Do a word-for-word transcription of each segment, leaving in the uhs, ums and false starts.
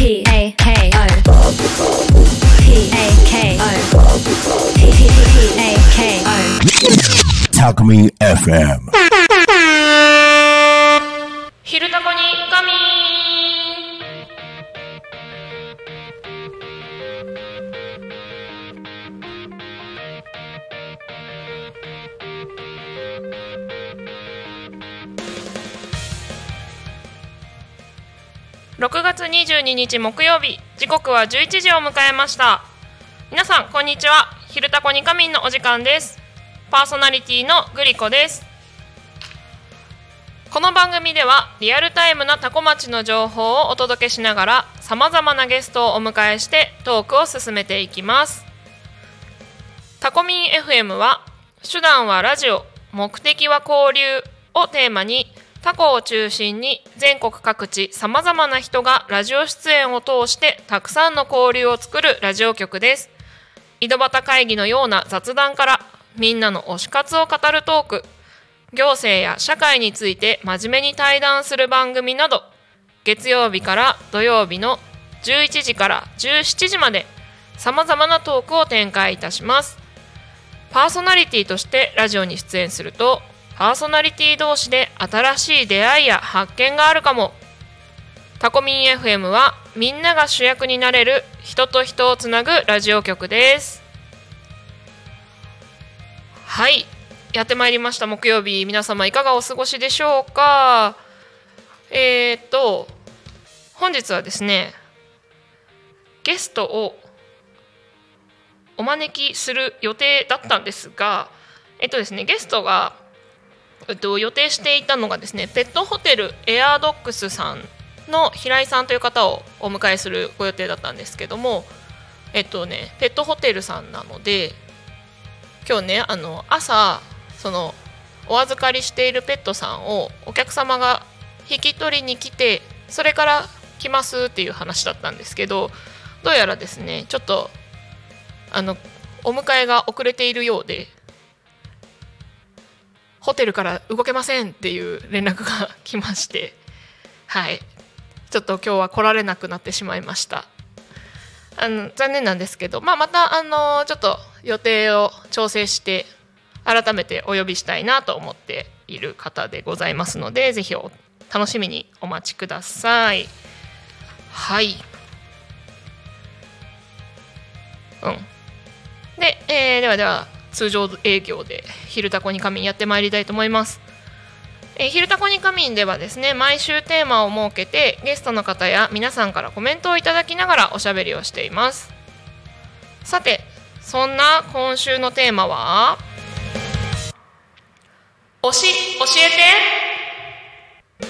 P A K O P A K O P A K O タコミン エフエム昼タコに神。ろくがつにじゅうににち木曜日、時刻はじゅういちじを迎えました。皆さんこんにちは。昼タコに仮眠のお時間です。パーソナリティのグリコです。この番組ではリアルタイムなタコ町の情報をお届けしながら、さまざまなゲストをお迎えしてトークを進めていきます。タコミン エフエム は手段はラジオ、目的は交流をテーマに、タコを中心に全国各地さまざまな人がラジオ出演を通してたくさんの交流を作るラジオ局です。井戸端会議のような雑談からみんなの推し活を語るトーク、行政や社会について真面目に対談する番組など、月曜日から土曜日のじゅういちじからじゅうしちじまでさまざまなトークを展開いたします。パーソナリティとしてラジオに出演すると、パーソナリティ同士で新しい出会いや発見があるかも。タコミン エフエム はみんなが主役になれる人と人をつなぐラジオ局です。はい、やってまいりました木曜日。皆様いかがお過ごしでしょうか。えーっと本日はですね、ゲストをお招きする予定だったんですが、えっとですねゲストがえっと、予定していたのがですね、ペットホテルエアードックスさんの平井さんという方をお迎えするご予定だったんですけども、えっとねペットホテルさんなので、今日ねあの朝そのお預かりしているペットさんをお客様が引き取りに来て、それから来ますっていう話だったんですけど、どうやらですねちょっとあのお迎えが遅れているようで、ホテルから動けませんっていう連絡が来まして、はい、ちょっと今日は来られなくなってしまいました。あの残念なんですけど、まあ、またあのちょっと予定を調整して改めてお呼びしたいなと思っている方でございますので、ぜひお楽しみにお待ちください。はい、うんで、えー、ではでは通常営業で昼タコに仮眠やってまいりたいと思います。えー、昼タコに仮眠ではですね、毎週テーマを設けてゲストの方や皆さんからコメントをいただきながらおしゃべりをしています。さて、そんな今週のテーマは推し教えて。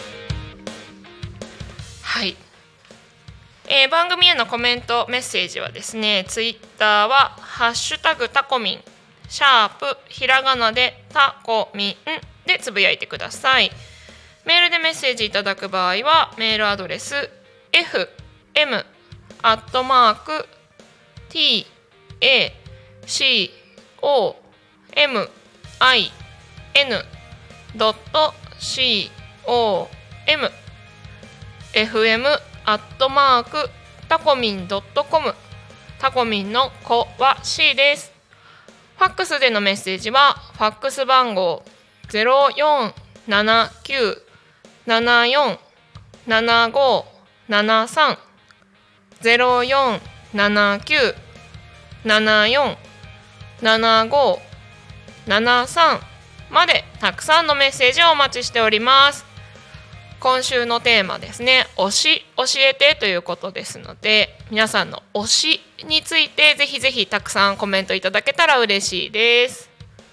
はい、えー、番組へのコメントメッセージはですね、ツイッターはハッシュタグタコミンシャープひらがなでタコミンでつぶやいてください。メールでメッセージいただく場合はメールアドレス エフエム アットマーク ティー エー シー オー エム アイ エヌ ドット シー オー エム エフエム アットマーク タコミン ドット コム、 タコミンの子は C です。ファックスでのメッセージはファックス番号 ゼロよんななきゅう ななよん ななご ななさん ゼロよんななきゅう ななよん ななご ななさんまでたくさんのメッセージをお待ちしております。今週のテーマですね、推し教えてということですので、皆さんの推しについてぜひぜひたくさんコメントいただけたら嬉しいです。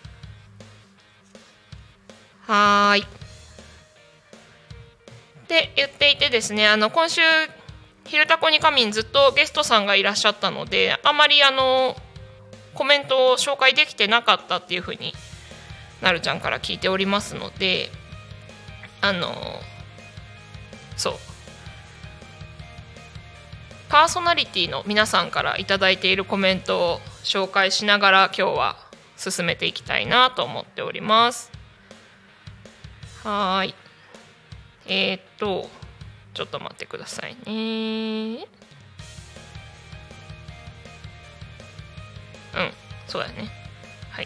はーい。って言っていてですね、あの今週昼タコに仮眠ずっとゲストさんがいらっしゃったので、あまりあのコメントを紹介できてなかったっていうふうになるちゃんから聞いておりますので、あのそうパーソナリティの皆さんからいただいているコメントを紹介しながら今日は進めていきたいなと思っております。はい、えー、っとちょっと待ってくださいね。 うんそうだよね。はい。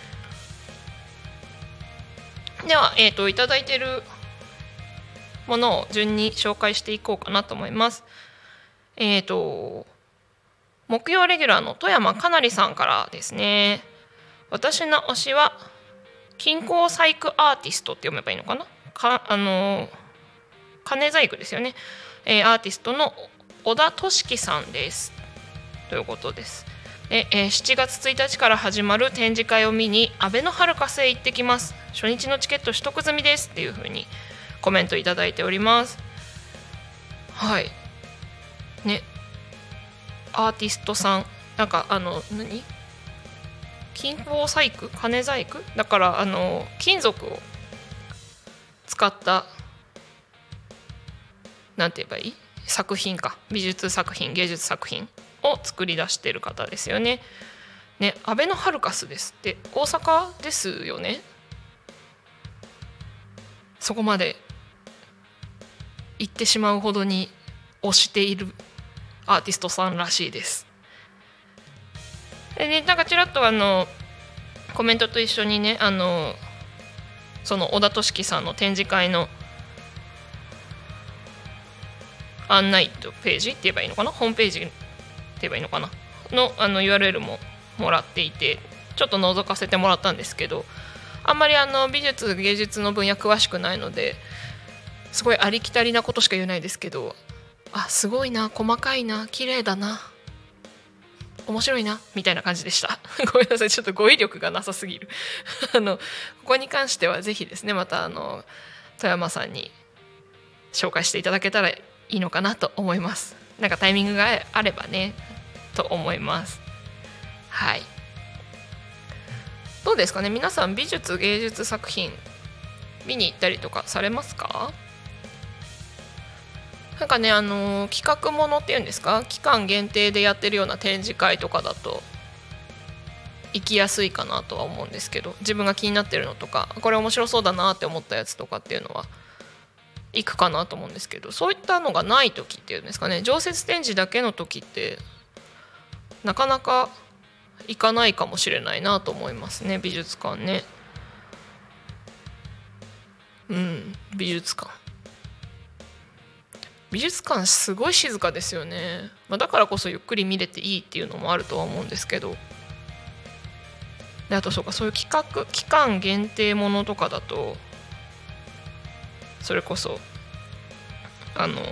では、えーと、いただいているものを順に紹介していこうかなと思います。えーと木曜レギュラーの富山かなりさんからですね。私の推しは金工細工アーティストって読めばいいのかな、かあの金細工ですよね、えー、アーティストの小田俊樹さんですということです。で、えー、しちがつついたちから始まる展示会を見にアベノハルカスへ行ってきます。初日のチケット取得済みですっていう風にコメントいただいております。はいね、アーティストさんなんかあの何金工細工金細工だからあの金属を使ったなんて言えばいい作品か美術作品芸術作品を作り出している方ですよね。ね、アベノハルカスですって大阪ですよね。そこまで行ってしまうほどに推しているアーティストさんらしいです。でね、なんかちらっとあのコメントと一緒にねあのその小田俊樹さんの展示会の案内とページって言えばいいのかな、ホームページって言えばいいのかなの、あの ユーアールエル ももらっていてちょっと覗かせてもらったんですけど、あんまりあの美術芸術の分野詳しくないのですごいありきたりなことしか言えないですけど、あすごいな細かいな綺麗だな面白いなみたいな感じでしたごめんなさいちょっと語彙力がなさすぎるあのここに関してはぜひですねまたあの富山さんに紹介していただけたらいいのかなと思います。なんかタイミングがあればねと思います。はい、どうですかね皆さん美術芸術作品見に行ったりとかされますか？なんかねあの企画ものっていうんですか期間限定でやってるような展示会とかだと行きやすいかなとは思うんですけど、自分が気になってるのとかこれ面白そうだなって思ったやつとかっていうのは行くかなと思うんですけど、そういったのがない時っていうんですかね常設展示だけの時ってなかなか行かないかもしれないなと思いますね。美術館ね、うん美術館美術館すごい静かですよね、まあ、だからこそゆっくり見れていいっていうのもあるとは思うんですけど、であとそうかそういう企画期間限定ものとかだとそれこそあの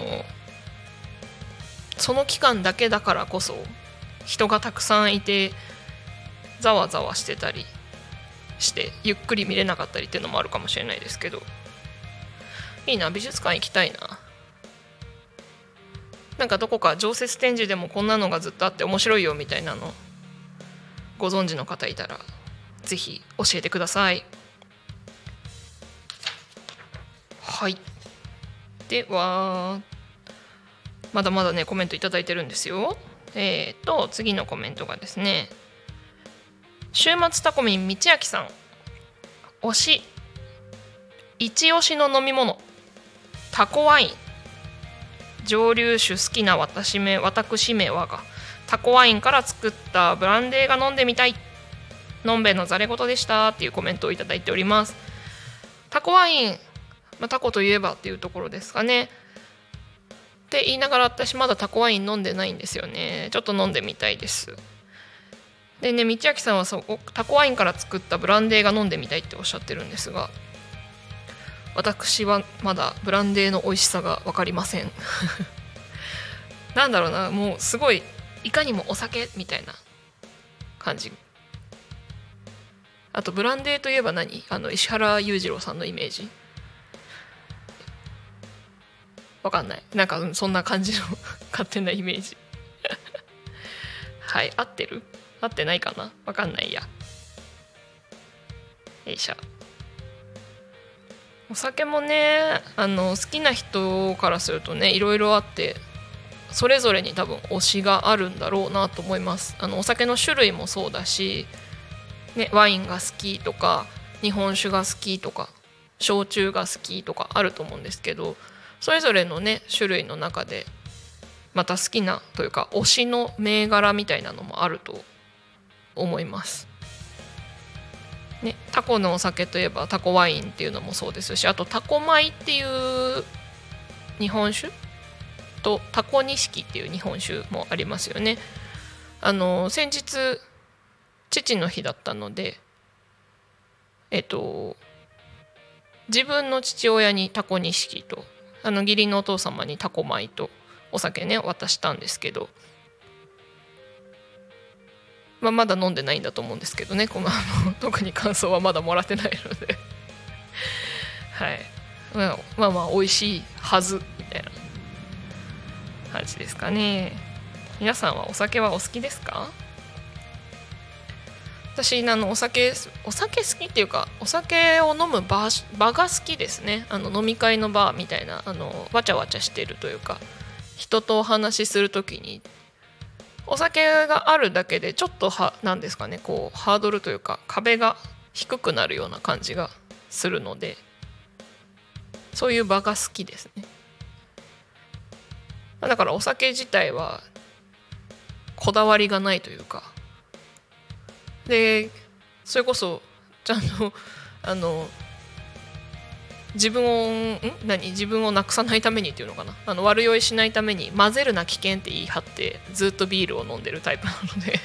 その期間だけだからこそ人がたくさんいてざわざわしてたりしてゆっくり見れなかったりっていうのもあるかもしれないですけど、いいな美術館行きたいな。なんかどこか常設展示でもこんなのがずっとあって面白いよみたいなのご存知の方いたらぜひ教えてください。はい、ではまだまだねコメントいただいてるんですよ。えーと次のコメントがですね、週末タコミン道明さん推し一押しの飲み物タコワイン、蒸留酒好きな私め私めはがタコワインから作ったブランデーが飲んでみたい、のんべえのざれ言でしたっていうコメントをいただいております。タコワイン、まあ、タコといえばっていうところですかねって言いながら私まだタコワイン飲んでないんですよね。ちょっと飲んでみたいです。でね道明さんはそうタコワインから作ったブランデーが飲んでみたいっておっしゃってるんですが、私はまだブランデーの美味しさが分かりませんなんだろうな、もうすごいいかにもお酒みたいな感じ。あとブランデーといえば何あの石原裕次郎さんのイメージわかんない、なんかそんな感じの勝手なイメージはい合ってる合ってないかなわかんないや。よいしょ。お酒もねあの好きな人からするとねいろいろあってそれぞれに多分推しがあるんだろうなと思います。あのお酒の種類もそうだし、ね、ワインが好きとか日本酒が好きとか焼酎が好きとかあると思うんですけど、それぞれのね種類の中でまた好きなというか推しの銘柄みたいなのもあると思います、ね、タコのお酒といえばタコワインっていうのもそうですし、あとタコ米っていう日本酒とタコ錦っていう日本酒もありますよね。あの先日父の日だったので、えっと自分の父親にタコ錦と、あの義理のお父様にタコ米とお酒ね渡したんですけど、まあ、まだ飲んでないんだと思うんですけどね、このあの特に感想はまだもらってないのではい、まあ、まあまあ美味しいはずみたいな感じですかね。皆さんはお酒はお好きですか？私あのお酒お酒好きっていうか、お酒を飲む場場が好きですね。あの飲み会の場みたいな、あのわちゃわちゃしてるというか、人とお話しするときにお酒があるだけでちょっとはなんですかね、こうハードルというか壁が低くなるような感じがするので、そういう場が好きですね。だからお酒自体はこだわりがないというかで、それこそちゃんとあの自分をん何自分をなくさないためにっていうのかな、あの悪酔いしないために混ぜるな危険って言い張ってずっとビールを飲んでるタイプなので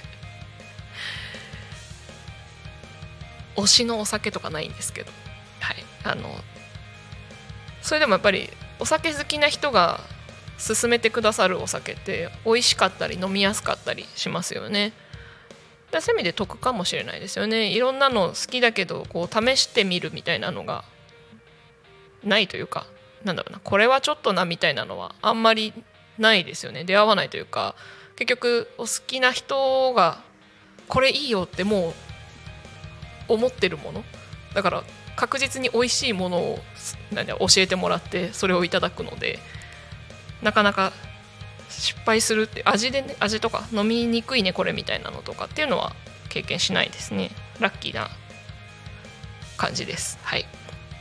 推しのお酒とかないんですけど、はい、あのそれでもやっぱりお酒好きな人が勧めてくださるお酒って美味しかったり飲みやすかったりしますよね。だそういう意味で得かもしれないですよね。いろんなの好きだけどこう試してみるみたいなのがないというか、なんだろうな、これはちょっとなみたいなのはあんまりないですよね。出会わないというか、結局お好きな人がこれいいよってもう思ってるものだから、確実に美味しいものをなんだ教えてもらってそれをいただくので、なかなか失敗するって味で、ね、味とか飲みにくいねこれみたいなのとかっていうのは経験しないですね。ラッキーな感じです。はい。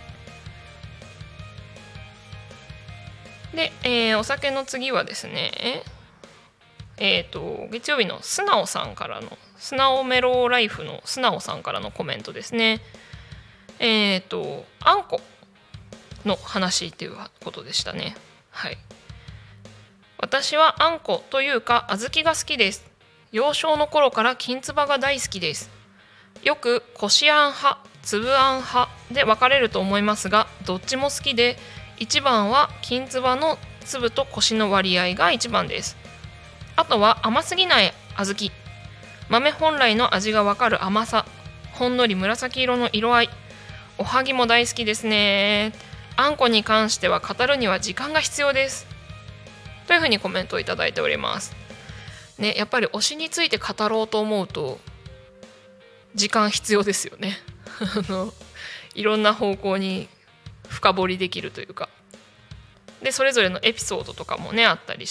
で、えー、お酒の次はですね、えーと月曜日の素直さんからの、素直メロライフの素直さんからのコメントですね。えーとあんこの話っていうことでしたね。はい。私はあんこというか小豆が好きです。幼少の頃からきんつばが大好きです。よくこしあん派、つぶあん派で分かれると思いますが、どっちも好きで、一番はきんつばの粒とこしの割合が一番です。あとは甘すぎない小豆、豆本来の味が分かる甘さ、ほんのり紫色の色合い、おはぎも大好きですね。あんこに関しては語るには時間が必要です、というふうにコメントをいただいておりますね。やっぱり推しについて語ろうと思うと時間必要ですよねあのいろんな方向に深掘りできるというか、でそれぞれのエピソードとかもねあったりして、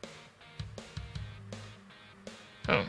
うん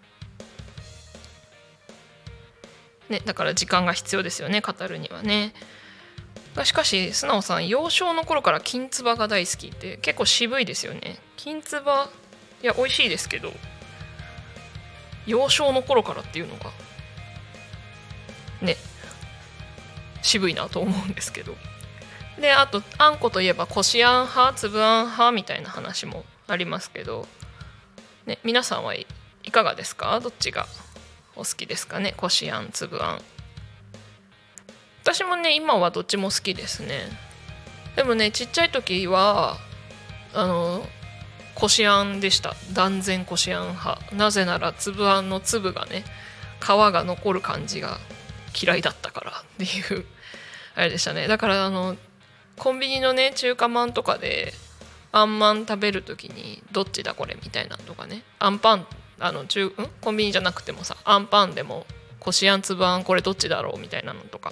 ね、だから時間が必要ですよね、語るにはね。しかし素直さん、幼少の頃からきんつばが大好きって結構渋いですよね。きんつば、いや美味しいですけど、幼少の頃からっていうのがね渋いなと思うんですけど。であとあんこといえばこしあん派、つぶあん派みたいな話もありますけど、ね、皆さんはいかがですか？どっちがお好きですかね、こしあん、つぶあん。私もね今はどっちも好きですね。でもねちっちゃい時はあのこしあんでした。断然こしあん派。なぜならつぶあんの粒がね皮が残る感じが嫌いだったからっていうあれでしたね。だからあのコンビニのね中華まんとかであんまん食べる時にどっちだこれみたいなとかね、あんパンあの中んコンビニじゃなくてもさ、あんパンでもこしあんつぶあんこれどっちだろうみたいなのとか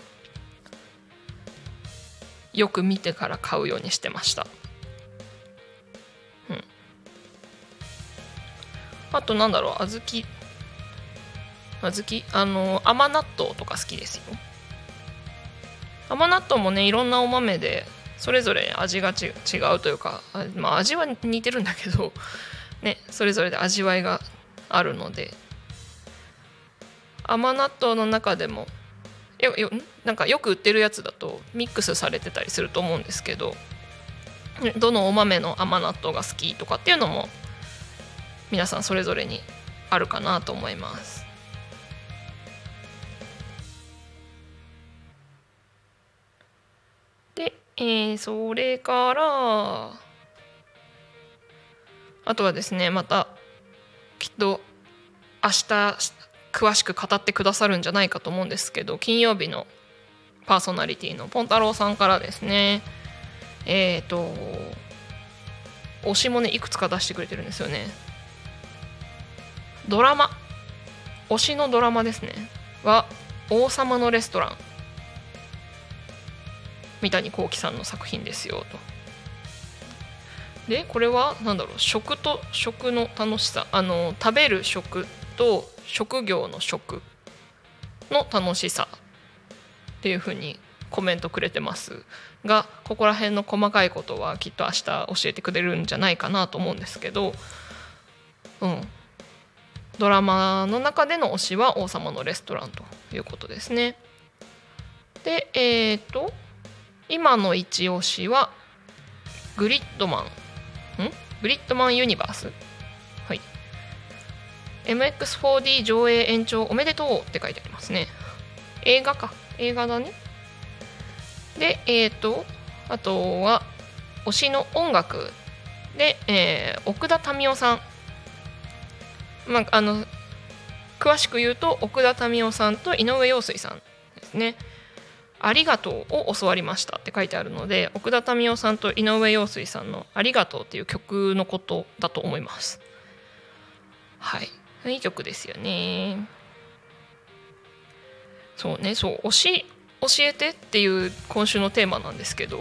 よく見てから買うようにしてました。うん。あとなんだろう、小豆小豆あの甘納豆とか好きですよ。甘納豆もねいろんなお豆でそれぞれ味がち違うというか、まあ、味は似てるんだけどね、それぞれで味わいがあるので、 甘納豆の中でもよよなんかよく売ってるやつだとミックスされてたりすると思うんですけど、どのお豆の甘納豆が好きとかっていうのも皆さんそれぞれにあるかなと思います。で、えー、それからあとはですね、またきっと明日詳しく語ってくださるんじゃないかと思うんですけど、金曜日のパーソナリティのポン太郎さんからですね、えっと推しもねいくつか出してくれてるんですよね。ドラマ、推しのドラマですねは王様のレストラン、三谷幸喜さんの作品ですよと。でこれは何だろう、食と食の楽しさ、あの食べる食と職業の食の楽しさっていう風にコメントくれてますが、ここら辺の細かいことはきっと明日教えてくれるんじゃないかなと思うんですけど、うんドラマの中での推しは王様のレストランということですね。でえっ、ー、と今の一推しはグリッドマンんグリッドマンユニバース、はい、エムエックスフォーディー 上映延長おめでとうって書いてありますね。映画か、映画だね。でえっ、ー、とあとは推しの音楽で、えー、奥田民生さん、まあ、あの詳しく言うと奥田民生さんと井上陽水さんですね。ありがとうを教わりましたって書いてあるので、奥田民生さんと井上陽水さんのありがとうっていう曲のことだと思います。はい、いい曲ですよね。そうね、そう推し教えてっていう今週のテーマなんですけど、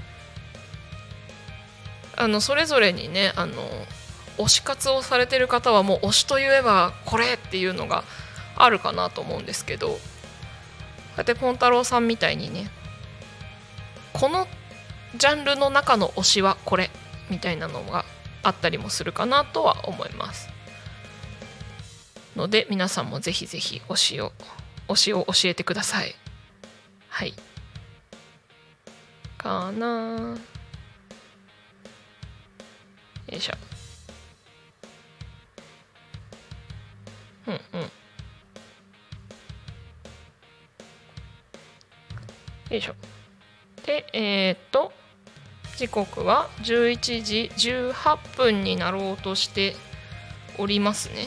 あのそれぞれにね、あの推し活をされてる方はもう推しといえばこれっていうのがあるかなと思うんですけど、こうやってポン太郎さんみたいにね、このジャンルの中の推しはこれみたいなのがあったりもするかなとは思いますので、皆さんもぜひぜひ推しを推しを教えてください。はいかな、よいしょ、うんうんよいしょ。でえー、っと時刻はじゅういちじじゅうはっぷんになろうとしておりますね。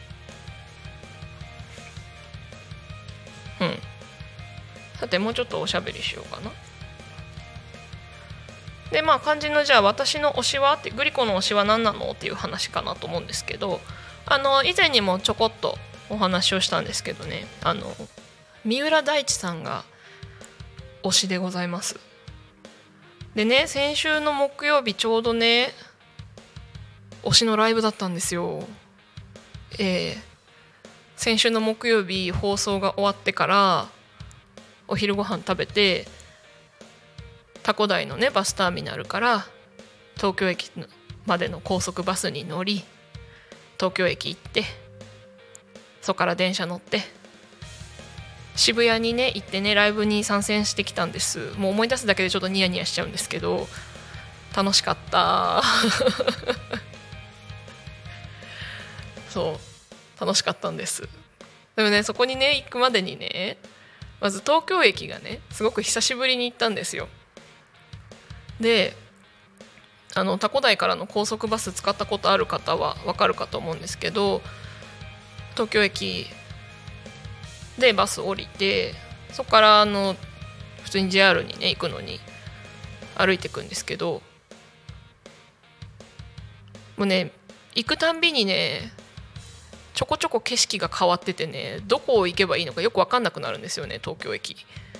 うんさてもうちょっとおしゃべりしようかな。でまあ肝心のじゃあ私の推しはってグリコの推しは何なのっていう話かなと思うんですけど、あの以前にもちょこっとお話をしたんですけどね、あの三浦大知さんが推しでございます。でね、先週の木曜日ちょうどね推しのライブだったんですよ。えー、先週の木曜日放送が終わってからお昼ご飯食べて、多古台のねバスターミナルから東京駅までの高速バスに乗り、東京駅行って、そこから電車乗って渋谷にね行ってねライブに参戦してきたんです。もう思い出すだけでちょっとニヤニヤしちゃうんですけど、楽しかったそう楽しかったんです。でもね、そこにね行くまでにね、まず東京駅がねすごく久しぶりに行ったんですよ。であの多古台からの高速バス使ったことある方は分かるかと思うんですけど、東京駅でバス降りて、そこからあの普通に ジェイアール にね行くのに歩いていくんですけど、もうね行くたんびにねちょこちょこ景色が変わっててね、どこを行けばいいのかよく分かんなくなるんですよね、東京駅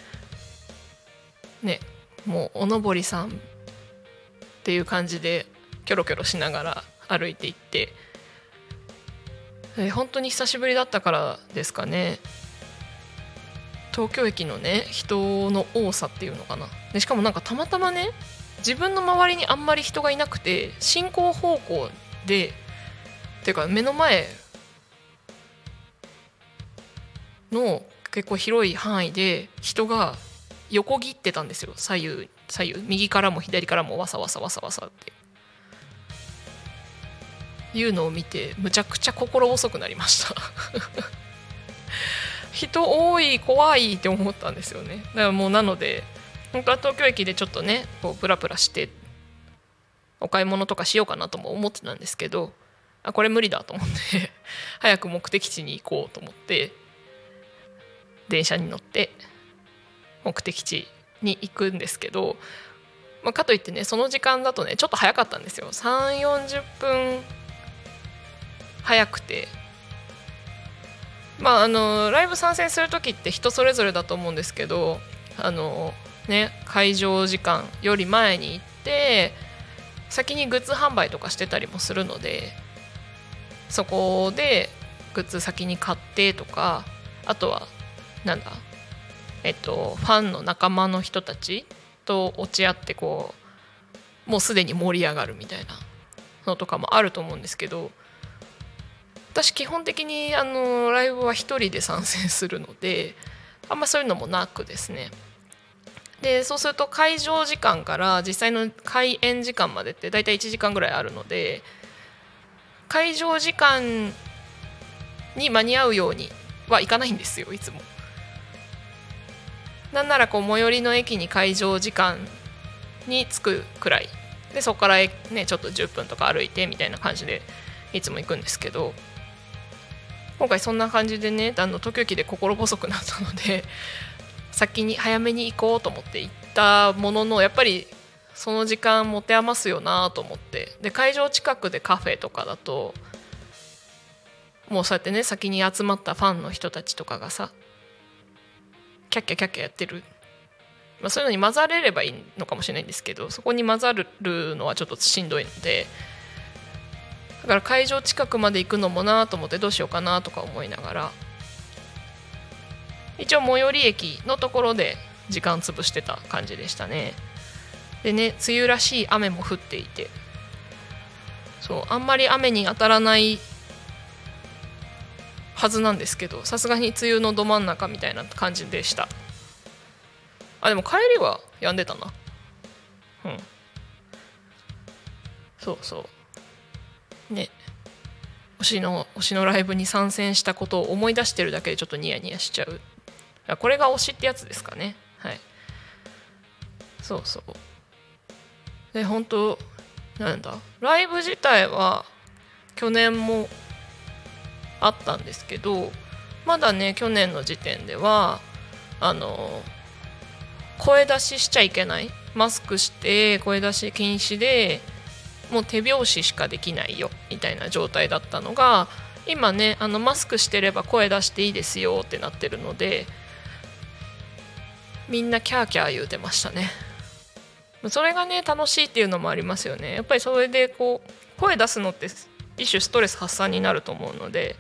ね。もうおのぼりさんっていう感じでキョロキョロしながら歩いていって、え本当に久しぶりだったからですかね、東京駅のね人の多さっていうのかな。でしかもなんかたまたまね自分の周りにあんまり人がいなくて、進行方向でっていうか目の前の結構広い範囲で人が横切ってたんですよ。左右左右右からも左からもわさわさわさわさっていうのを見てむちゃくちゃ心細くなりました人多い怖いって思ったんですよね。だからもうなので本当は東京駅でちょっとねこうプラプラしてお買い物とかしようかなとも思ってたんですけど、あこれ無理だと思って早く目的地に行こうと思って電車に乗って目的地に行くんですけど、まあ、かといってねその時間だとねちょっと早かったんですよ。さんじゅうよんじゅっぷん早くて、まああのライブ参戦する時って人それぞれだと思うんですけど、あのね会場時間より前に行って先にグッズ販売とかしてたりもするので、そこでグッズ先に買ってとか、あとはなんだえっとファンの仲間の人たちと落ち合ってこうもうすでに盛り上がるみたいなのとかもあると思うんですけど、私基本的にあのライブは一人で参戦するのであんまそういうのもなくですね。でそうすると会場時間から実際の開演時間までってだいたいいちじかんぐらいあるので、会場時間に間に合うようにはいかないんですよいつも。なんならこう最寄りの駅に会場時間に着くくらいで、そこからねちょっとじゅっぷんとか歩いてみたいな感じでいつも行くんですけど、今回そんな感じでねあの東京駅で心細くなったので先に早めに行こうと思って行ったものの、やっぱりその時間持て余すよなと思って、で会場近くでカフェとかだともうそうやってね先に集まったファンの人たちとかがさキャッキャキャッキャやってる、まあ、そういうのに混ざれればいいのかもしれないんですけど、そこに混ざるのはちょっとしんどいので、だから会場近くまで行くのもなと思ってどうしようかなとか思いながら、一応最寄り駅のところで時間潰してた感じでしたね。でね梅雨らしい雨も降っていて、そうあんまり雨に当たらないはずなんですけど、さすがに梅雨のど真ん中みたいな感じでした。あでも帰りは止んでたな。うんそうそうね、推しの推しのライブに参戦したことを思い出してるだけでちょっとニヤニヤしちゃう。これが推しってやつですかね。はいそうそうで本当なんだライブ自体は去年もあったんですけど、まだね去年の時点ではあの声出ししちゃいけない、マスクして声出し禁止でもう手拍子しかできないよみたいな状態だったのが、今ねあのマスクしてれば声出していいですよってなってるので、みんなキャーキャー言うてましたね。それがね楽しいっていうのもありますよね。やっぱりそれでこう声出すのって一種ストレス発散になると思うので、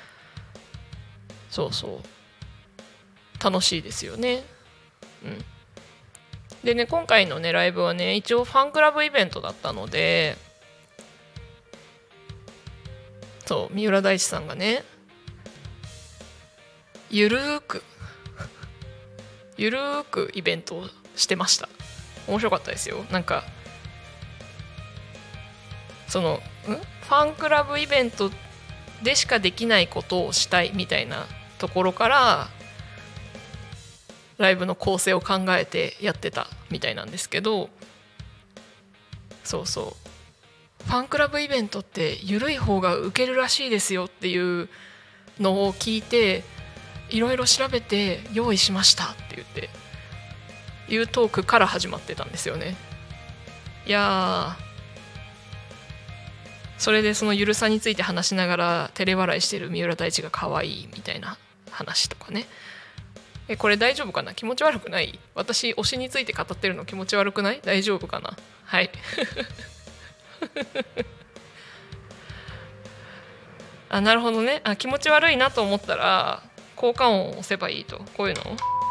そうそう楽しいですよね。うんでね今回のねライブはね一応ファンクラブイベントだったので、そう三浦大知さんがねゆるーくゆるーくイベントをしてました。面白かったですよ。なんかそのんファンクラブイベントでしかできないことをしたいみたいなところからライブの構成を考えてやってたみたいなんですけど、そうそうファンクラブイベントって緩い方がウケるらしいですよっていうのを聞いていろいろ調べて用意しましたって言っていうトークから始まってたんですよね。いやそれでそのゆるさについて話しながら照れ笑いしてる三浦大知が可愛いみたいな話とかね。えこれ大丈夫かな、気持ち悪くない？私推しについて語ってるの気持ち悪くない？大丈夫かな？はいあなるほどね。あ気持ち悪いなと思ったら効果音を押せばいいと、こういうの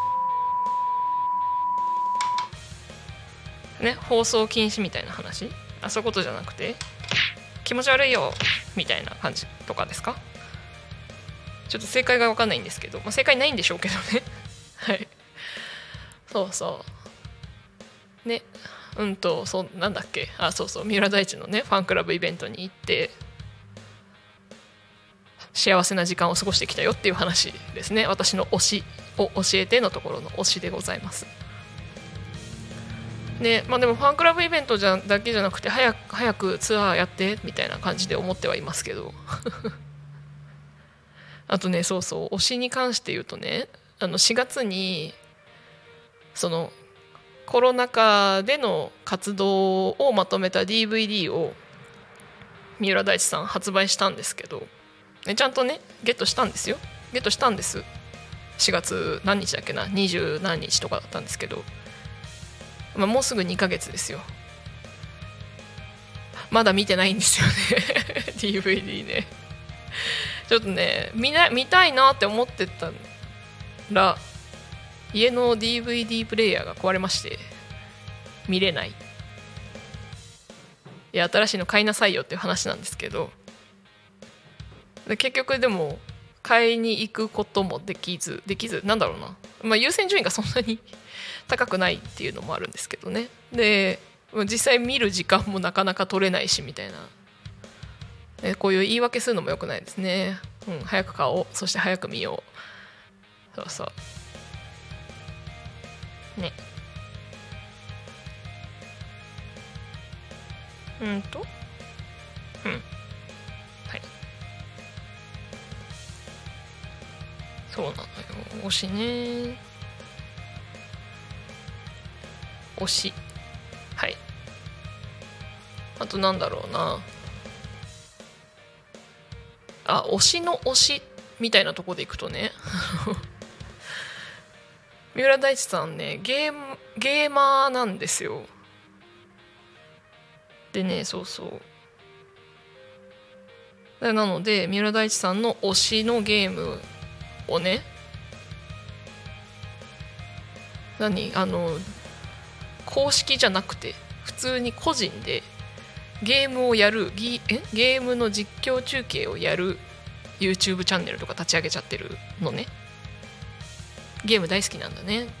ね、放送禁止みたいな話、あそういうことじゃなくて気持ち悪いよみたいな感じとかですか？ ちょっと正解が分かんないんですけど、まあ、正解ないんでしょうけどねはいそうそうねうんとそうなんだっけあそうそう三浦大知のねファンクラブイベントに行って幸せな時間を過ごしてきたよっていう話ですね。私の推しを教えてのところの推しでございますね。まあでもファンクラブイベントじゃだけじゃなくて早く早くツアーやってみたいな感じで思ってはいますけどあとねそうそう推しに関して言うとねあのしがつにそのコロナ禍での活動をまとめた ディーブイディー を三浦大知さん発売したんですけどちゃんとねゲットしたんですよ。ゲットしたんですしがつ何日だっけなにじゅう何日とかだったんですけど、まあ、もうすぐにかげつですよ。まだ見てないんですよねディーブイディー ねちょっとね 見な見たいなって思ってたら家の ディーブイディー プレイヤーが壊れまして見れない。いや新しいの買いなさいよっていう話なんですけど、で結局でも買いに行くこともできずできずなんだろうな、まあ、優先順位がそんなに高くないっていうのもあるんですけどね。で実際見る時間もなかなか取れないしみたいな、こういう言い訳するのも良くないですね、うん、早く買おうそして早く見よう。そうそうねうんとうんはいそうなのよ推しね推しはいあとなんだろうなあ推しの推しみたいなところでいくとね三浦大知さんねゲームゲーマーなんですよ。でねそうそうなので三浦大知さんの推しのゲームをね何あの公式じゃなくて普通に個人でゲームをやるギえゲームの実況中継をやる YouTube チャンネルとか立ち上げちゃってるのね。ゲーム大好きなんだね。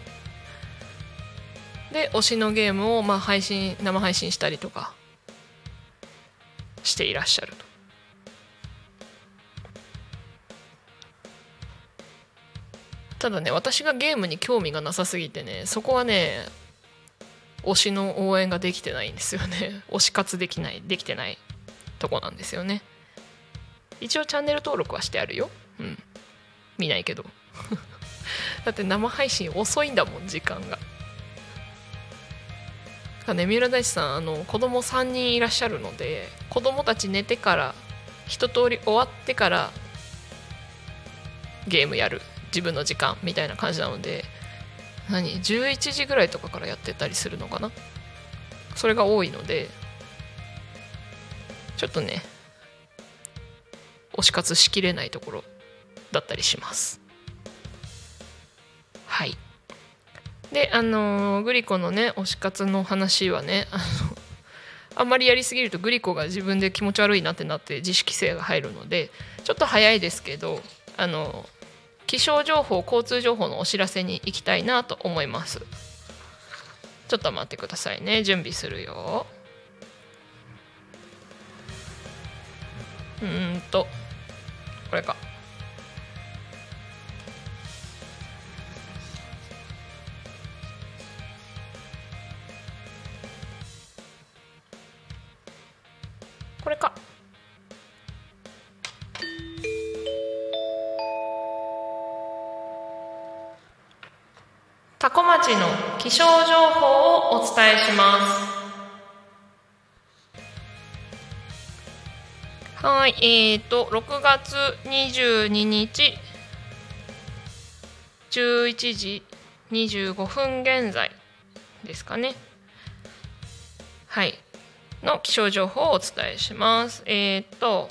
で推しのゲームをまあ配信生配信したりとかしていらっしゃると。ただね私がゲームに興味がなさすぎてねそこはね推しの応援ができてないんですよね。推し活できないできてないとこなんですよね。一応チャンネル登録はしてあるよ。うん見ないけどだって生配信遅いんだもん時間が。かね三浦大知さんあの子供さんにんいらっしゃるので子供たち寝てから一通り終わってからゲームやる自分の時間みたいな感じなので何じゅういちじぐらいとかからやってたりするのかな。それが多いのでちょっとね推し活しきれないところだったりします。はいであのー、グリコのね推し活の話はねあのあんまりやりすぎるとグリコが自分で気持ち悪いなってなって自主規制が入るのでちょっと早いですけどあの気象情報交通情報のお知らせに行きたいなと思います。ちょっと待ってくださいね準備するよ。うーんとこれかこれか多古町の気象情報をお伝えします。はい、えーとろくがつにじゅうににちじゅういちじにじゅうごふん現在ですかね。はいの気象情報をお伝えします。えーと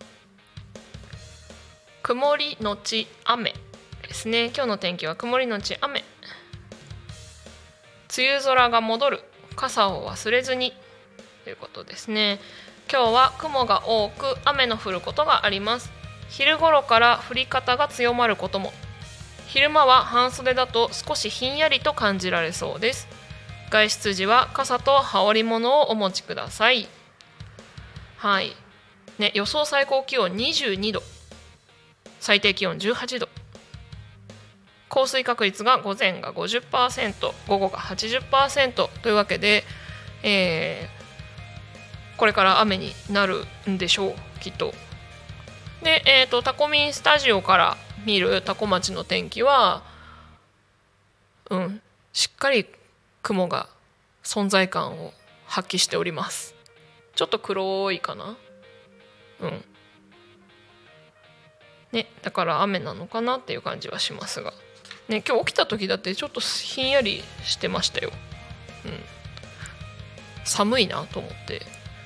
曇りのち雨ですね。今日の天気は曇りのち雨。梅雨空が戻る、傘を忘れずにということですね。今日は雲が多く雨の降ることがあります。 昼頃から降り方が強まることも。昼間は半袖だと少しひんやりと感じられそうです。外出時は傘と羽織物をお持ちください。はい、ね、予想最高気温にじゅうにど、最低気温じゅうはちど、降水確率が午前が ごじゅっパーセント、午後が はちじゅっパーセント というわけで、えー、これから雨になるんでしょう、きっと。で、えーと、タコミンスタジオから見るタコ町の天気は、うん、しっかり雲が存在感を発揮しております。ちょっと黒いかな、うんね、だから雨なのかなっていう感じはしますが、ね、今日起きた時だってちょっとひんやりしてましたよ、うん、寒いなと思って、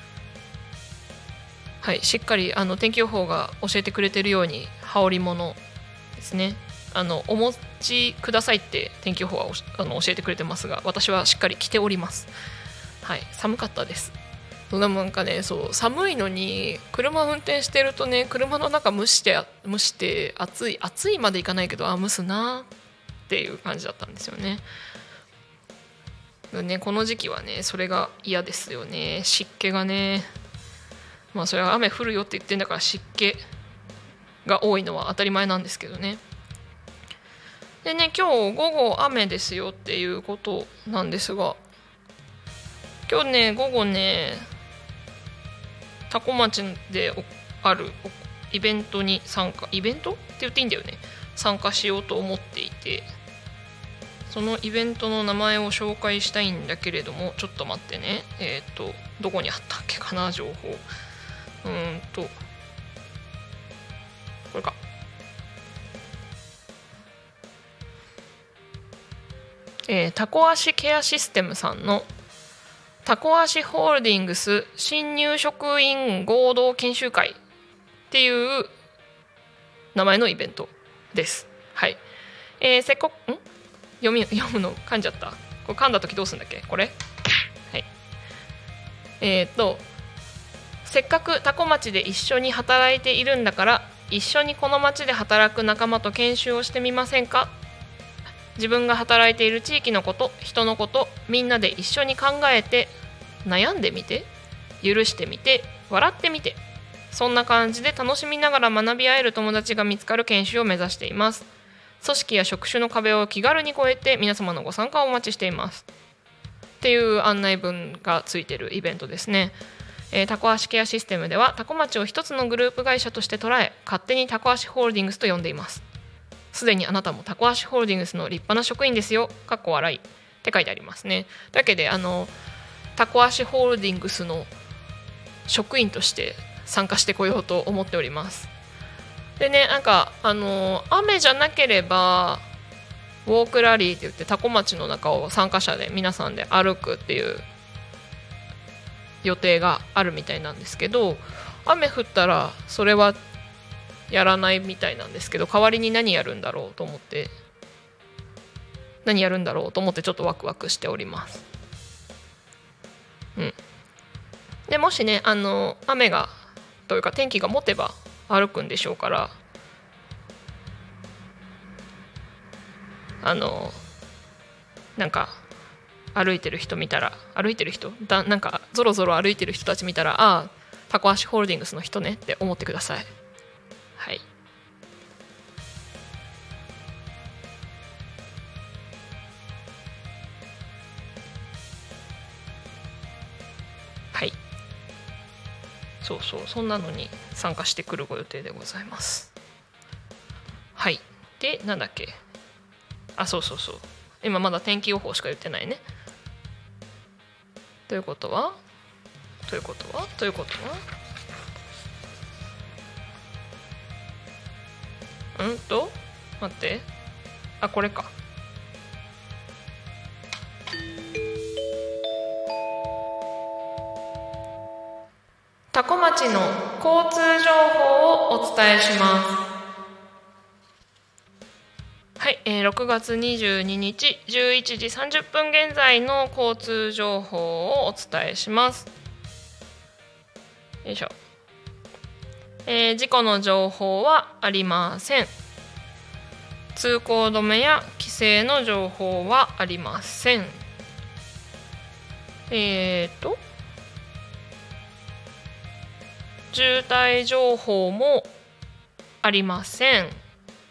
はい、しっかりあの天気予報が教えてくれてるように羽織物ですね、あのお持ちくださいって天気予報はあの教えてくれてますが、私はしっかり着ております。はい、寒かったです。でもなんかね、そう寒いのに車運転してるとね、車の中蒸して蒸して暑い暑いまでいかないけど、あ蒸すなっていう感じだったんですよね。ね、この時期はねそれが嫌ですよね、湿気がね。まあそれは雨降るよって言ってんだから湿気が多いのは当たり前なんですけどね。でね、今日午後雨ですよっていうことなんですが、今日ね午後ね多古町であるイベントに参加、イベントって言っていいんだよね、参加しようと思っていて、そのイベントの名前を紹介したいんだけれども、ちょっと待ってね、えっとどこにあったっけかな、情報。うーんとこれか、えー、タコ足ケアシステムさんのタコ足ホールディングス新入職員合同研修会っていう名前のイベントです。はい、えー、せっこん読み読むの噛んじゃった。これ噛んだ時どうするんだっけ、これ。はい、えー、っとせっかくタコ町で一緒に働いているんだから、一緒にこの町で働く仲間と研修をしてみませんか。自分が働いている地域のこと、人のこと、みんなで一緒に考えて、悩んでみて、許してみて、笑ってみて、そんな感じで楽しみながら学び合える友達が見つかる研修を目指しています。組織や職種の壁を気軽に越えて皆様のご参加をお待ちしていますっていう案内文がついているイベントですね。えー、タコ足ケアシステムではタコ町を一つのグループ会社として捉え、勝手にタコ足ホールディングスと呼んでいます。すでにあなたもタコ足ホールディングスの立派な職員ですよ、かっこ笑いって書いてありますね。だけであのタコ足ホールディングスの職員として参加してこようと思っております。でね、なんかあの雨じゃなければウォークラリーって言ってタコ町の中を参加者で皆さんで歩くっていう予定があるみたいなんですけど、雨降ったらそれはやらないみたいなんですけど、代わりに何やるんだろうと思って何やるんだろうと思ってちょっとワクワクしております。うん、でもしね、あの雨がというか天気が持てば歩くんでしょうから、あのなんか歩いてる人見たら、歩いてる人だなんかぞろぞろ歩いてる人たち見たら、ああタコ足ホールディングスの人ねって思ってください。はい、はい、そうそう、そんなのに参加してくるご予定でございます。はい、でなんだっけ、あ、そうそうそう、今まだ天気予報しか言ってないね。ということはということはということはうんと待って、あ、これか。多古町の交通情報をお伝えします。はい、えー、ろくがつにじゅうににちじゅういちじさんじゅっぷん現在の交通情報をお伝えします。よいしょ。 えー、事故の情報はありません。通行止めや規制の情報はありません。えーと渋滞情報もありません。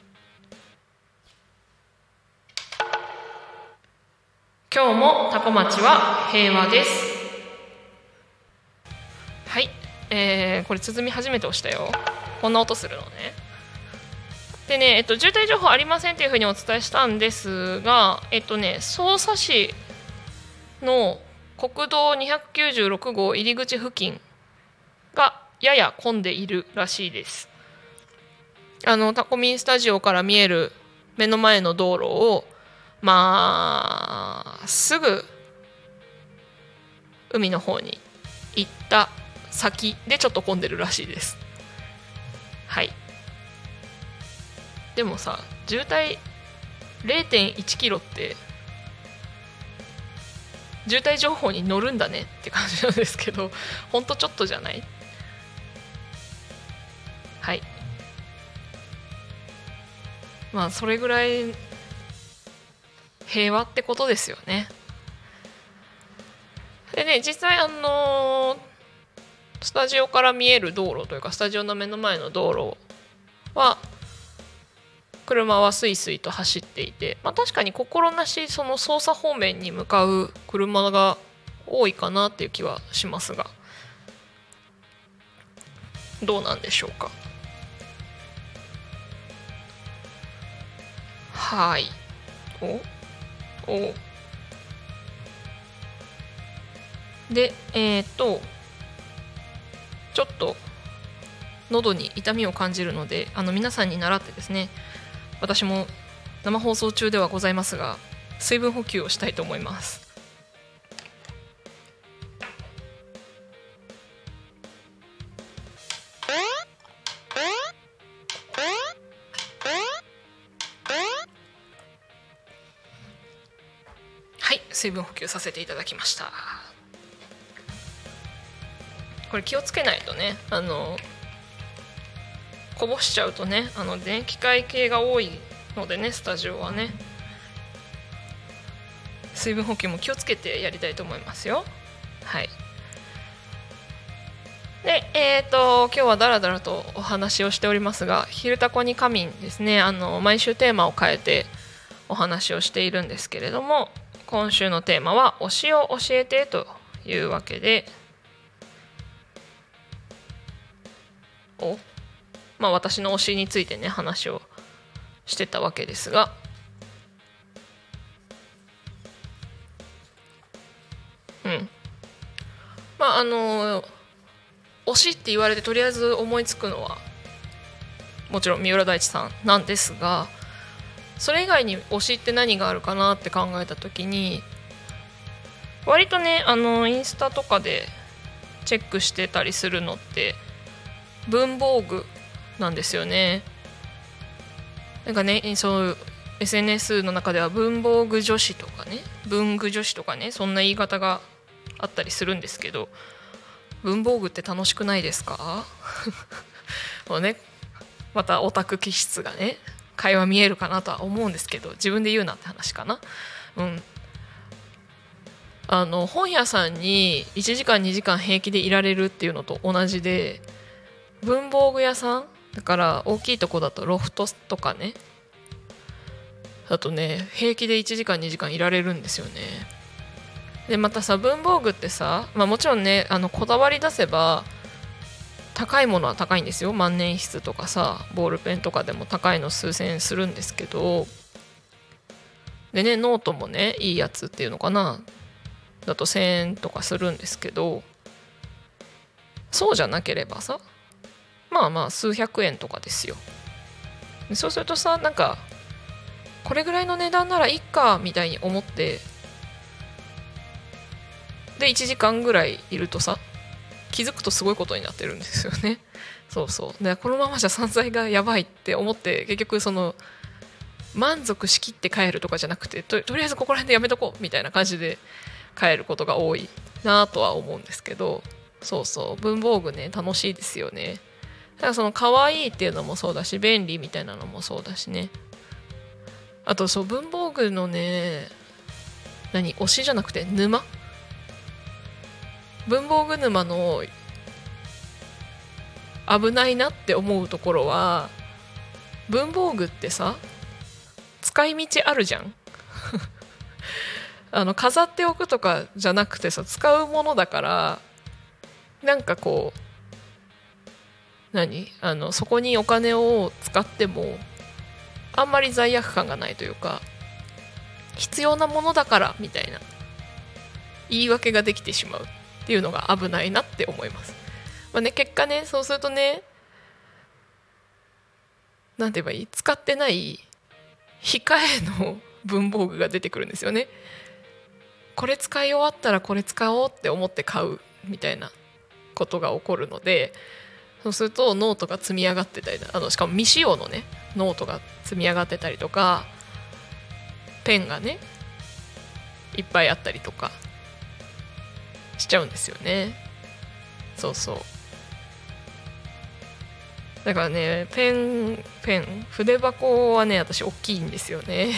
今日もタコ町は平和です。はい、えー、これ鼓初めて押したよ。こんな音するのね。でね、えっと、渋滞情報ありませんというふうにお伝えしたんですが、えっとね、匝瑳市の国道にひゃくきゅうじゅうろく号入り口付近がやや混んでいるらしいです。あのタコミンスタジオから見える目の前の道路をまあすぐ海の方に行った先でちょっと混んでるらしいです。はい。でもさ、渋滞 れいてんいちキロって渋滞情報に乗るんだねって感じなんですけど、ほんとちょっとじゃない？はい。まあそれぐらい平和ってことですよね。でね、実際あのー、スタジオから見える道路というか、スタジオの目の前の道路は車はスイスイと走っていて、まあ、確かに心なしその捜査方面に向かう車が多いかなっていう気はしますが、どうなんでしょうか。はい。おおで、えっとちょっと喉に痛みを感じるので、あの皆さんに倣ってですね、私も生放送中ではございますが水分補給をしたいと思います。はい、水分補給させていただきました。これ気をつけないとね、あのこぼしちゃうとね、あの電気界系が多いのでね、スタジオはね、水分補給も気をつけてやりたいと思いますよ。はい。で、えーと今日はだらだらとお話をしておりますが、ひるたこに仮眠ですね、あの毎週テーマを変えてお話をしているんですけれども、今週のテーマは推しを教えてというわけで、おまあ私の推しについてね話をしてたわけですが、うんまああの推しって言われてとりあえず思いつくのはもちろん三浦大知さんなんですが、それ以外に推しって何があるかなって考えた時に、割とねあのインスタとかでチェックしてたりするのって文房具なんですよね。なんかね、そう エスエヌエス の中では文房具女子とかね、文具女子とかね、そんな言い方があったりするんですけど、文房具って楽しくないですか？もうね、またオタク気質がね会話見えるかなとは思うんですけど、自分で言うなって話かな。うんあの本屋さんにいちじかんにじかん平気でいられるっていうのと同じで、文房具屋さんだから大きいとこだとロフトとかねだとね、平気でいちじかんにじかんいられるんですよね。でまたさ、文房具ってさ、まあ、もちろんねあのこだわり出せば高いものは高いんですよ。万年筆とかさ、ボールペンとかでも高いの数千円するんですけど、でねノートもねいいやつっていうのかなだとせんえんとかするんですけど、そうじゃなければさ、まあまあ数百円とかですよ。でそうするとさ、なんかこれぐらいの値段ならいいかみたいに思って、でいちじかんぐらいいるとさ、気づくとすごいことになってるんですよね。そうそうでこのままじゃ散財がやばいって思って、結局その満足しきって帰るとかじゃなくて、 と, とりあえずここら辺でやめとこうみたいな感じで帰ることが多いなとは思うんですけど、そうそう文房具ね楽しいですよね。 だからその可愛いっていうのもそうだし便利みたいなのもそうだしね。あとそう文房具のね何推しじゃなくて沼文房具沼の危ないなって思うところは文房具ってさ使い道あるじゃんあの飾っておくとかじゃなくてさ使うものだからなんかこう何あのそこにお金を使ってもあんまり罪悪感がないというか必要なものだからみたいな言い訳ができてしまうっていうのが危ないなって思います。まあね、結果ねそうするとねなんて言えばいい使ってない控えの文房具が出てくるんですよね。これ使い終わったらこれ使おうって思って買うみたいなことが起こるのでそうするとノートが積み上がってたりあのしかも未使用のねノートが積み上がってたりとかペンがねいっぱいあったりとかしちゃうんですよね。そうそうだからねペンペン筆箱はね私大きいんですよね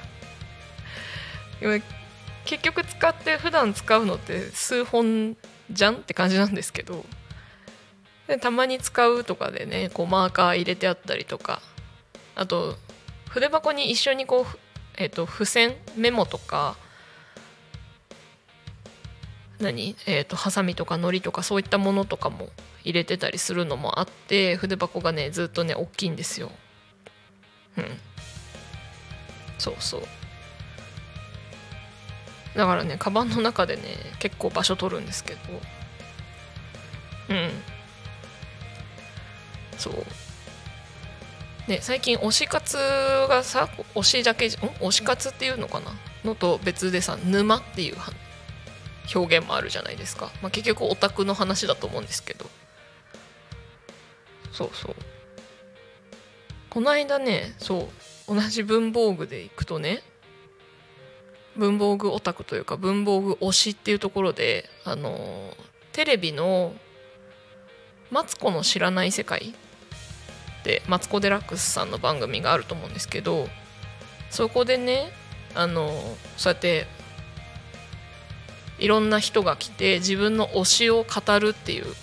結局使って普段使うのって数本じゃんって感じなんですけどでたまに使うとかでねこうマーカー入れてあったりとかあと筆箱に一緒にこう、えーと、付箋メモとか何、えーと、ハサミとかのりとかそういったものとかも入れてたりするのもあって筆箱がねずっとね大きいんですよ。うんそうそうだからねカバンの中でね結構場所取るんですけどうんそうね最近推し活がさ推しだけじゃん推し活っていうのかなのと別でさ沼っていう表現もあるじゃないですか、まあ、結局オタクの話だと思うんですけどそうそうこの間ねそう同じ文房具でいくとね文房具オタクというか文房具推しっていうところであのテレビのマツコの知らない世界でマツコ・デラックスさんの番組があると思うんですけどそこでねあのそうやっていろんな人が来て自分の推しを語るっていう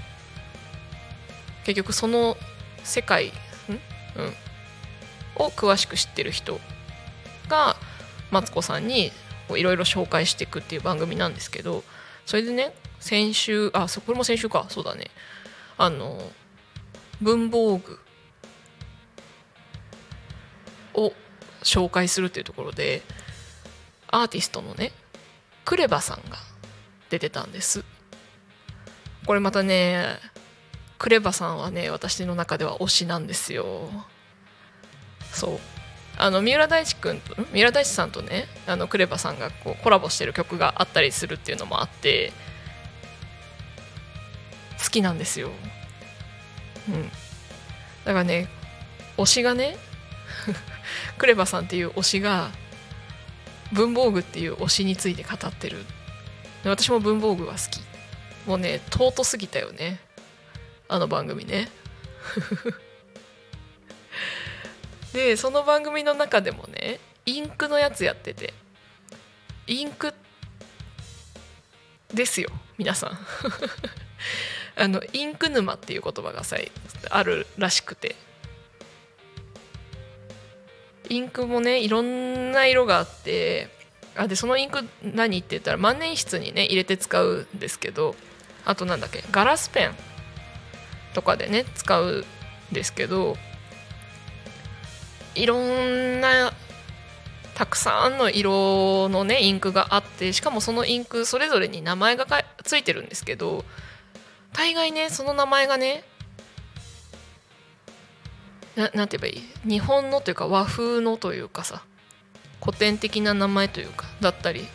結局その世界、ん、うん、を詳しく知ってる人がマツコさんにいろいろ紹介していくっていう番組なんですけどそれでね先週あそこれも先週かそうだねあの文房具を紹介するっていうところでアーティストのねクレバさんが出てたんです。これまたねクレバさんはね私の中では推しなんですよ。そうあの三浦大知くんと三浦大知さんとねあのクレバさんがこうコラボしてる曲があったりするっていうのもあって好きなんですよ。うんだからね推しがねクレバさんっていう推しが文房具っていう推しについて語ってる。で私も文房具が好き。もうね尊すぎたよねあの番組ねでその番組の中でもねインクのやつやっててインクですよ皆さんあのインク沼っていう言葉がさあるらしくてインクもねいろんな色があってあでそのインク何って言ったら万年筆にね入れて使うんですけどあとなんだっけガラスペンとかでね使うんですけどいろんなたくさんの色のねインクがあってしかもそのインクそれぞれに名前がついてるんですけど大概ねその名前がねな, なんて言えばいい日本のというか和風のというかさ古典的な名前というかだったり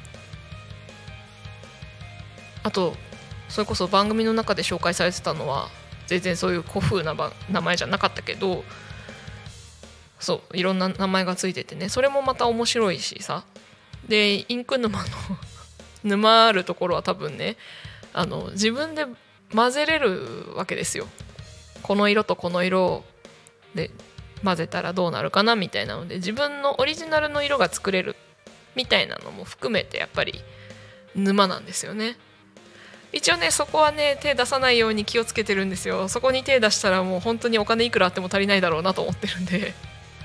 あとそれこそ番組の中で紹介されてたのは全然そういう古風な名前じゃなかったけどそういろんな名前がついててねそれもまた面白いしさでインク沼の沼あるところは多分ねあの自分で混ぜれるわけですよこの色とこの色で混ぜたらどうなるかなみたいなので、自分のオリジナルの色が作れるみたいなのも含めてやっぱり沼なんですよね。一応ねそこはね手出さないように気をつけてるんですよ。そこに手出したらもう本当にお金いくらあっても足りないだろうなと思ってるんで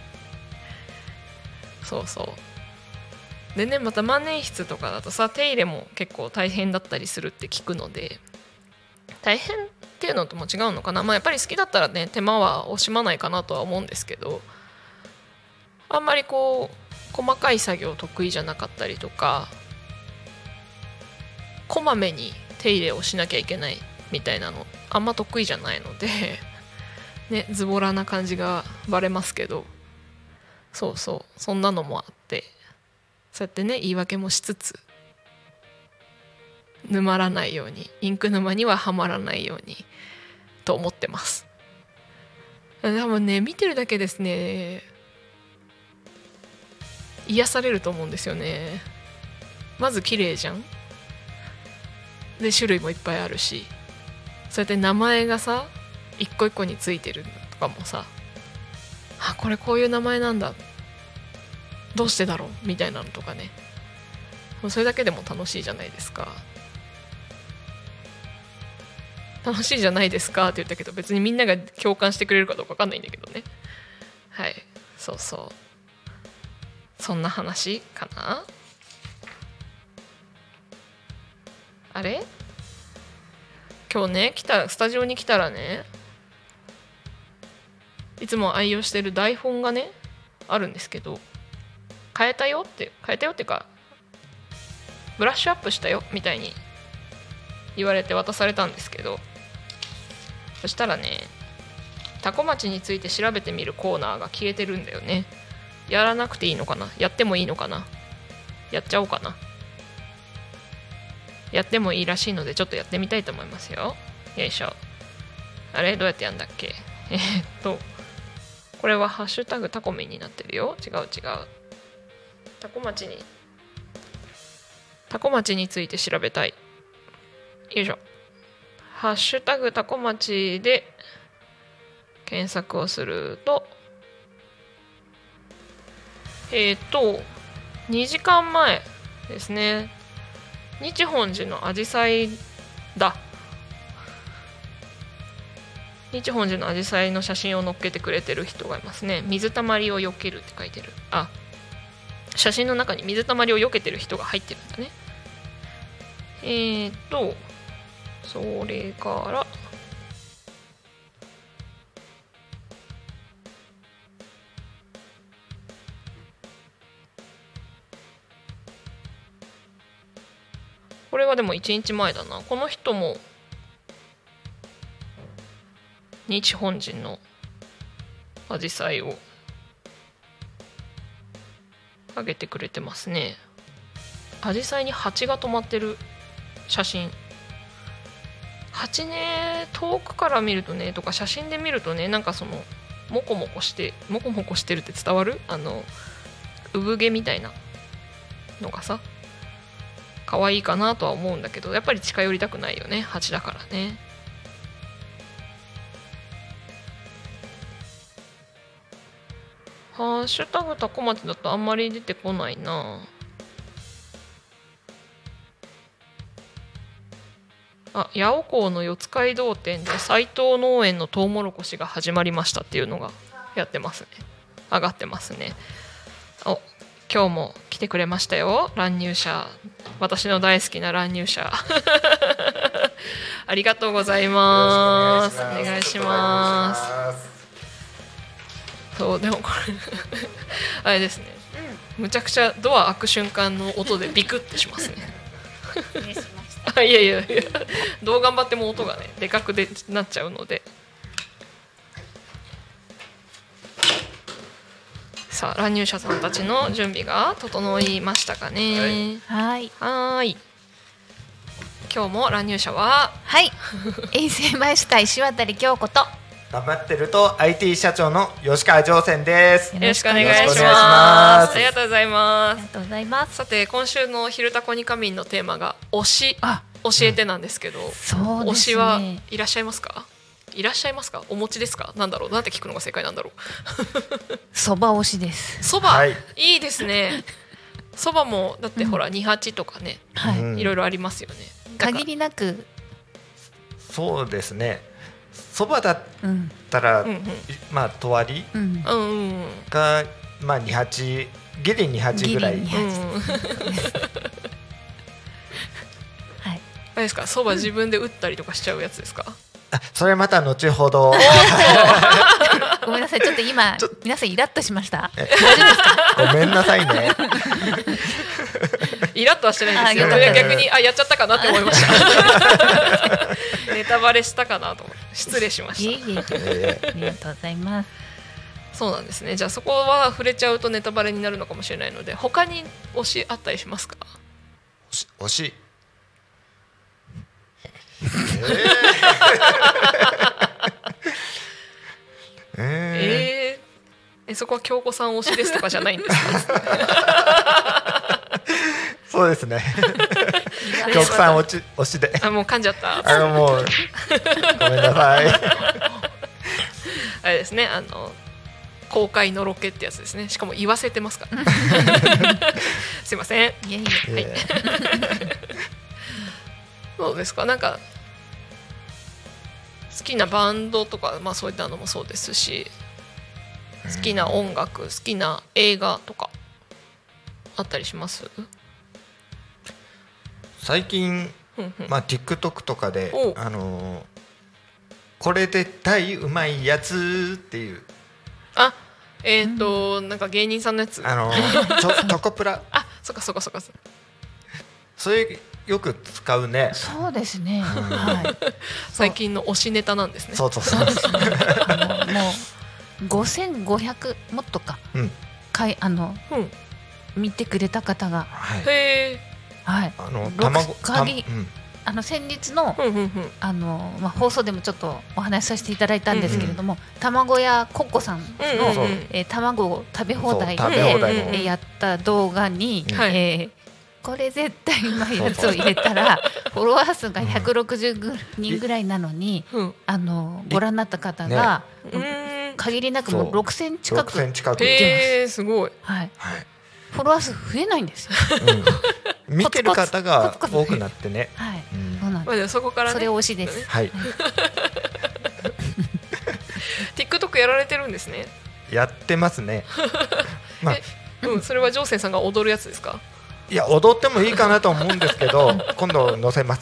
そうそうでね、また万年筆とかだとさ手入れも結構大変だったりするって聞くので、大変っていうのとも違うのかな、まあ、やっぱり好きだったらね手間は惜しまないかなとは思うんですけど、あんまりこう細かい作業得意じゃなかったりとか、こまめに手入れをしなきゃいけないみたいなのあんま得意じゃないのでね、ズボラな感じがバレますけど、そうそうそんなのもあって、そうやってね言い訳もしつつ沼らないように、インク沼にははまらないようにと思ってます。多分ね見てるだけですね癒されると思うんですよね。まず綺麗じゃん。で種類もいっぱいあるし、そうやって名前がさ一個一個についてるとかもさ、あこれこういう名前なんだ、どうしてだろうみたいなのとかね、もうそれだけでも楽しいじゃないですか。楽しいじゃないですかって言ったけど、別にみんなが共感してくれるかどうか分かんないんだけどね。はい、そうそうそんな話かな。あれ今日ね来たスタジオに来たらね、いつも愛用してる台本がねあるんですけど、変えたよって変えたよっていうかブラッシュアップしたよみたいに言われて渡されたんですけど、そしたらねタコ町について調べてみるコーナーが消えてるんだよね。やらなくていいのかな、やってもいいのかな、やっちゃおうかな。やってもいいらしいのでちょっとやってみたいと思いますよ。よいしょ。あれどうやってやんだっけえー、っとこれはハッシュタグタコミンになってるよ。違う違う、タコ町にタコ町について調べたい。よいしょ。ハッシュタグタコ町で検索をすると、えっとにじかんまえですね、日本寺のアジサイだ日本寺のアジサイの写真を載っけてくれてる人がいますね。水たまりを避けるって書いてる。あ、写真の中に水たまりを避けてる人が入ってるんだね。えーっとそれからこれはでもいちにちまえだな。この人も日本人のアジサイをあげてくれてますね。アジサイに蜂が止まってる写真。蜂ね、遠くから見るとねとか写真で見るとね、なんかそのモコモコしてモコモコしてるって伝わる、あの産毛みたいなのがさ可愛いかなとは思うんだけど、やっぱり近寄りたくないよね、蜂だからね。ハッシュタグタコ町だとあんまり出てこないな。あ、八尾港の四街道店で斉藤農園のトウモロコシが始まりましたっていうのがやってますね。上がってますね。お、今日も来てくれましたよ、乱入者。私の大好きな乱入者ありがとうございます。お願いします。そうでもこれあれですね、うん、むちゃくちゃドア開く瞬間の音でビクってしますね失礼しましたいやいやいや、どう頑張っても音がねでかくでなっちゃうので。さあ乱入者さんたちの準備が整いましたかね。 はい、 はい、今日も乱入者ははい衛星マイスター石渡京子と頑張ってると アイティー 社長の吉川上泉です。 よろしくお願いします。 よろしくお願いします。 ありがとうございまありがとうございます。 す。さて今週の昼タコニカミンのテーマが推し、 あ、 教えてなんですけど、 そうですね、 推しはいらっしゃいますか？ いらっしゃいますか？お持ちですか？なんだろう、なんて聞くのが正解なんだろう。 そば推しです。 そば、 はい、 いいですね。そばもだってほら、うん、にはちとかね、 はい、 うん、 いろいろありますよね。 限りなくそうですね。そばだったら、うんうん、まあとわりが、まあにはちギリにはちぐらい。 あれですか、そば自分で打ったりとかしちゃうやつですか？ あ、それまた後ほど。 ごめんなさい、ちょっと今皆さんイラッとしました。 ごめんなさいね。 イラッとはしてないんですよ。逆にあやっちゃったかなって思いました。ネタバレしたかなと思って失礼しました。 いえいえ、ありがとうございます。 そうなんですね。じゃあそこは触れちゃうとネタバレになるのかもしれないので、他に推しあったりしますか？ 推し、推しえーえー、えそこは京子さん推しですとかじゃないんですか？ そうですね。京子さん推し、推しで。 あ、もう噛んじゃった。 あのもうごめんなさい。 あれですね、あの公開のロケってやつですね。しかも言わせてますか？すいません。 いえいえ、はい。 どうですか？なんか好きなバンドとか、まあ、そういったのもそうですし、好きな音楽、好きな映画とかあったりします？ 最近、まあ、TikTok とかで、あのー、これで大うまいやつっていう、 あ、えっと、うん、なんか芸人さんのやつ、 あのー、チョ、チョコプラあ、そっかそっかそっか、 それよく使うね。 そうですね、うん、はい、 最近の推しネタなんですね。 そうそうそう。 あのもうごせんごひゃくもっとか、うん、かいあの、うん、見てくれた方が、 はい、へー、はい、 あの卵た、うん、あの先日の、うんうんうん、あのまあ、放送でもちょっとお話しさせていただいたんですけれども、うんうん、卵屋コッコさんの、うんうん、えー、卵を食べ放題で、えー、やった動画に、うん、えーこれ絶対うまいやつを入れたらフォロワー数がひゃくろくじゅうにんぐらいなのに、うん、あのご覧になった方が、ね、限りなくもうろくせん近くいってます。 へー、すごい、 はいはい、フォロワー数増えないんですよ、 うん、見てる方が多くなってね、 はい、うん、そうなんです。 まあ、そこからね、 それ推しです、 はい、 TikTok やられてるんですね。 やってますね。まあ、 うん、それはジョーセンさんが踊るやつですか？ いや、踊ってもいいかなと思うんですけど今度載せます。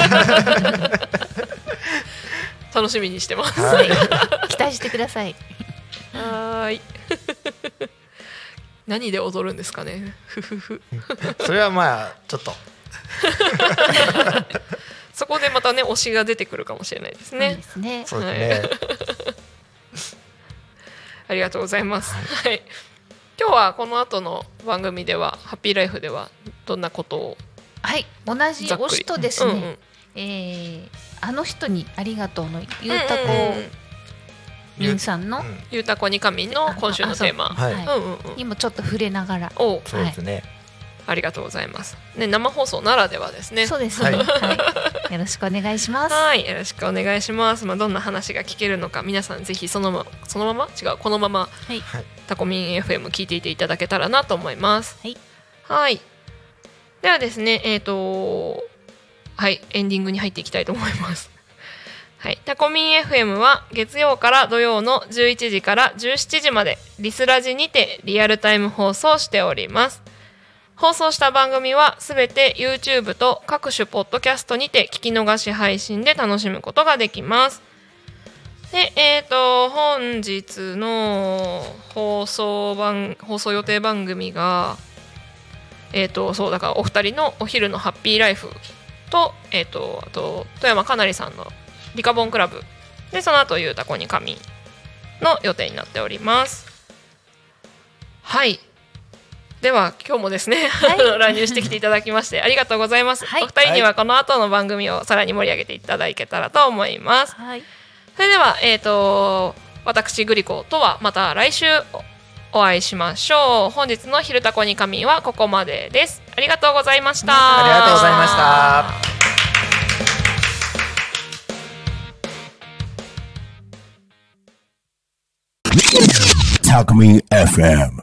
楽しみにしてます、 はい、期待してください。 はい。何で踊るんですかね。 それはまあちょっとそこでまたね推しが出てくるかもしれないですね。 そうですね。 そうですね。 ありがとうございます。はい。今日はこの後の番組ではハッピーライフではどんなことを、 はい、同じ推しとですね、うんうん、えー、あの人にありがとうのゆうたこみんさんの、うん、 ゆうたこにかみんの今週のテーマ、 はい、うんうんうん、にもちょっと触れながら、 お、 そうですね、 ありがとうございます、ね、生放送ならではですね。 そうです、はいはい、よろしくお願いします。 はい、よろしくお願いします。まあ、どんな話が聞けるのか皆さんぜひそのままそのまま違うこのまま、はい、タコミン エフエム 聞いていていただけたらなと思います。はい、はい、ではですね、えーとはい、エンディングに入っていきたいと思います。はい、タコミン エフエム は月曜から土曜のじゅういちじからじゅうしちじまでリスラジにてリアルタイム放送しております。放送した番組はすべて YouTube と各種ポッドキャストにて聞き逃し配信で楽しむことができます。で、えーと、本日の放送番、放送予定番組が、えーと、そうだからお二人のお昼のハッピーライフと、えーと、あと富山かなりさんのリカボンクラブで、その後ゆうたこにかみんの予定になっております。はい。では今日もですね、はい、乱入してきていただきましてありがとうございます、はい、お二人にはこの後の番組をさらに盛り上げていただけたらと思います、はい、それでは、えーと、私グリコとはまた来週お会いしましょう。本日の昼タコにかみんはここまでです。ありがとうございました。 ありがとうございました。 タコミン エフエム